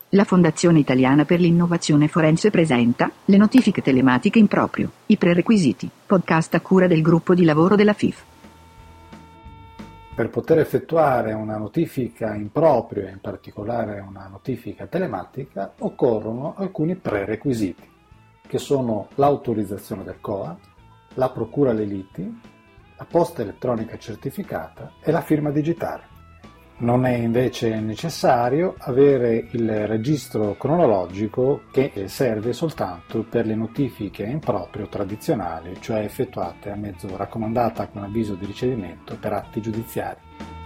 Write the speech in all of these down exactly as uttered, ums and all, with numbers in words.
La Fondazione Italiana per l'Innovazione Forense presenta le notifiche telematiche in proprio, i prerequisiti, podcast a cura del gruppo di lavoro della F I F. Per poter effettuare una notifica in proprio e in particolare una notifica telematica occorrono alcuni prerequisiti, che sono l'autorizzazione del C O A, la procura alle liti, la posta elettronica certificata e la firma digitale. Non è invece necessario avere il registro cronologico che serve soltanto per le notifiche in proprio tradizionali, cioè effettuate a mezzo raccomandata con avviso di ricevimento per atti giudiziari.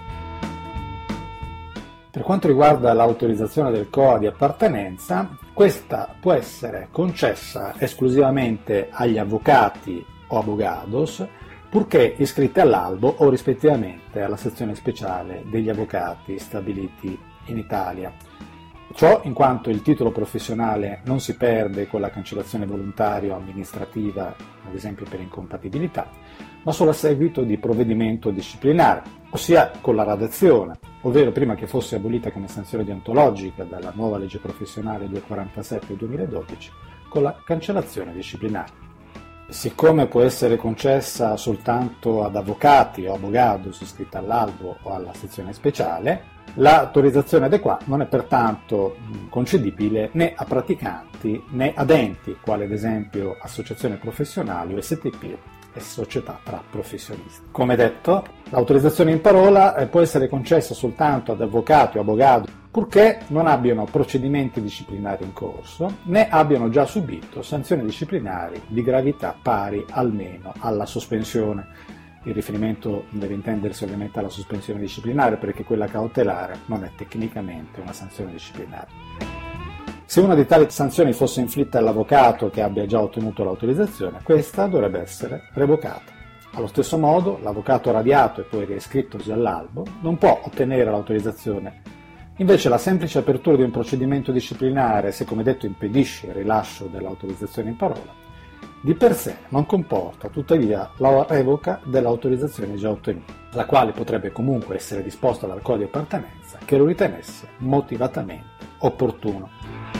Per quanto riguarda l'autorizzazione del C O A di appartenenza, questa può essere concessa esclusivamente agli avvocati o abogados, purché iscritti all'albo o rispettivamente alla sezione speciale degli avvocati stabiliti in Italia. Ciò in quanto il titolo professionale non si perde con la cancellazione volontaria o amministrativa, ad esempio per incompatibilità, ma solo a seguito di provvedimento disciplinare, ossia con la radazione, ovvero prima che fosse abolita come sanzione deontologica dalla nuova legge professionale duecentoquarantasette del duemiladodici, con la cancellazione disciplinare. Siccome può essere concessa soltanto ad avvocati o abogados iscritti all'albo o alla sezione speciale, l'autorizzazione adeguata non è pertanto concedibile né a praticanti né ad enti, quali ad esempio associazioni professionali o S T P e società tra professionisti. Come detto, l'autorizzazione in parola può essere concessa soltanto ad avvocati o abogados, purché non abbiano procedimenti disciplinari in corso, né abbiano già subito sanzioni disciplinari di gravità pari almeno alla sospensione. Il riferimento deve intendersi ovviamente alla sospensione disciplinare, perché quella cautelare non è tecnicamente una sanzione disciplinare. Se una di tali sanzioni fosse inflitta all'avvocato che abbia già ottenuto l'autorizzazione, questa dovrebbe essere revocata. Allo stesso modo, l'avvocato radiato e poi riscrittosi all'albo non può ottenere l'autorizzazione. Invece la semplice apertura di un procedimento disciplinare, se come detto impedisce il rilascio dell'autorizzazione in parola, di per sé non comporta tuttavia la revoca dell'autorizzazione già ottenuta, la quale potrebbe comunque essere disposta dal C O A di appartenenza che lo ritenesse motivatamente opportuno.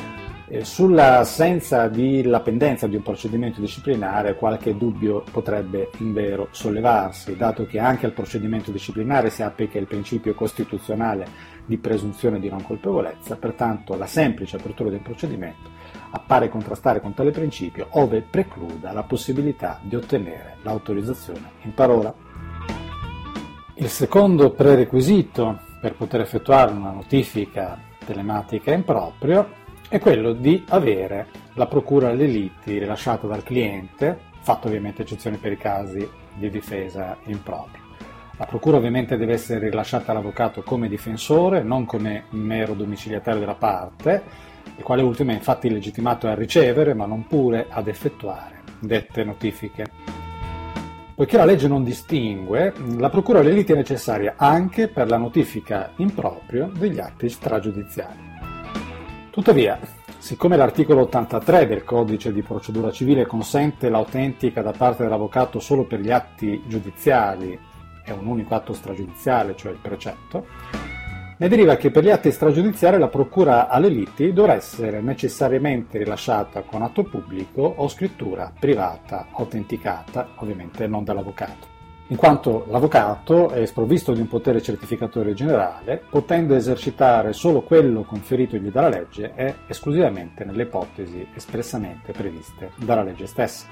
Sull'assenza della pendenza di un procedimento disciplinare qualche dubbio potrebbe invero sollevarsi, dato che anche al procedimento disciplinare si applica il principio costituzionale di presunzione di non colpevolezza, pertanto la semplice apertura del procedimento appare contrastare con tale principio, ove precluda la possibilità di ottenere l'autorizzazione in parola. Il secondo prerequisito per poter effettuare una notifica telematica in proprio è quello di avere la procura alle liti rilasciata dal cliente, fatto ovviamente eccezione per i casi di difesa in proprio. La procura ovviamente deve essere rilasciata all'avvocato come difensore, non come mero domiciliatario della parte, il quale ultimo è infatti legittimato a ricevere, ma non pure ad effettuare dette notifiche. Poiché la legge non distingue, la procura alle liti è necessaria anche per la notifica in proprio degli atti stragiudiziali. Tuttavia, siccome l'articolo ottantatré del Codice di procedura civile consente l'autentica da parte dell'avvocato solo per gli atti giudiziali e un unico atto stragiudiziale, cioè il precetto, ne deriva che per gli atti stragiudiziali la procura alle liti dovrà essere necessariamente rilasciata con atto pubblico o scrittura privata autenticata, ovviamente non dall'avvocato, in quanto l'avvocato è sprovvisto di un potere certificatorio generale, potendo esercitare solo quello conferitogli dalla legge e esclusivamente nelle ipotesi espressamente previste dalla legge stessa.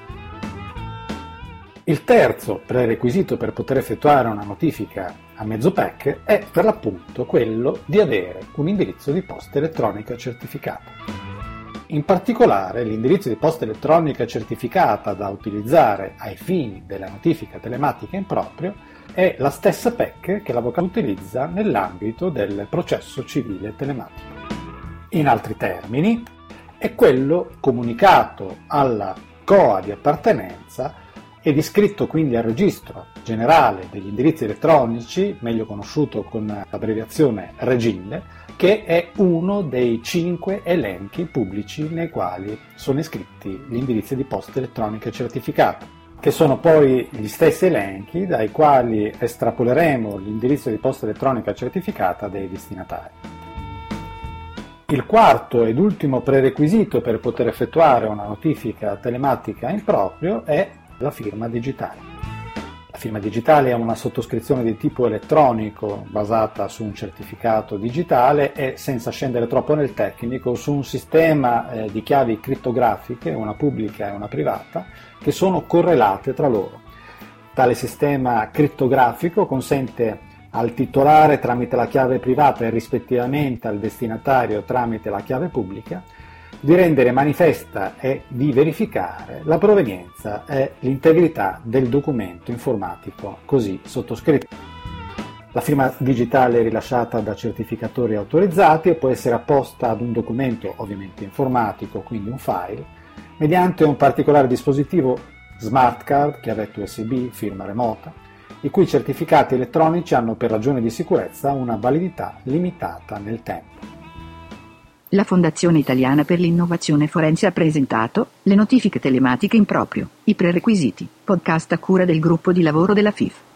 Il terzo prerequisito per poter effettuare una notifica a mezzo P E C è per l'appunto quello di avere un indirizzo di posta elettronica certificata. In particolare, l'indirizzo di posta elettronica certificata da utilizzare ai fini della notifica telematica in proprio è la stessa P E C che l'avvocato utilizza nell'ambito del processo civile telematico. In altri termini, è quello comunicato alla C O A di appartenenza ed iscritto quindi al registro generale degli indirizzi elettronici, meglio conosciuto con l'abbreviazione REGIL, che è uno dei cinque elenchi pubblici nei quali sono iscritti gli indirizzi di posta elettronica certificata, che sono poi gli stessi elenchi dai quali estrapoleremo l'indirizzo di posta elettronica certificata dei destinatari. Il quarto ed ultimo prerequisito per poter effettuare una notifica telematica in proprio è la firma digitale. La firma digitale è una sottoscrizione di tipo elettronico basata su un certificato digitale e, senza scendere troppo nel tecnico, su un sistema eh, di chiavi crittografiche, una pubblica e una privata, che sono correlate tra loro. Tale sistema crittografico consente al titolare tramite la chiave privata e rispettivamente al destinatario tramite la chiave pubblica di rendere manifesta e di verificare la provenienza e l'integrità del documento informatico così sottoscritto. La firma digitale è rilasciata da certificatori autorizzati e può essere apposta ad un documento ovviamente informatico, quindi un file, mediante un particolare dispositivo smart card, chiavetta U S B, firma remota, i cui certificati elettronici hanno per ragioni di sicurezza una validità limitata nel tempo. La Fondazione Italiana per l'Innovazione Forense ha presentato le notifiche telematiche in proprio, i prerequisiti, podcast a cura del gruppo di lavoro della F I F.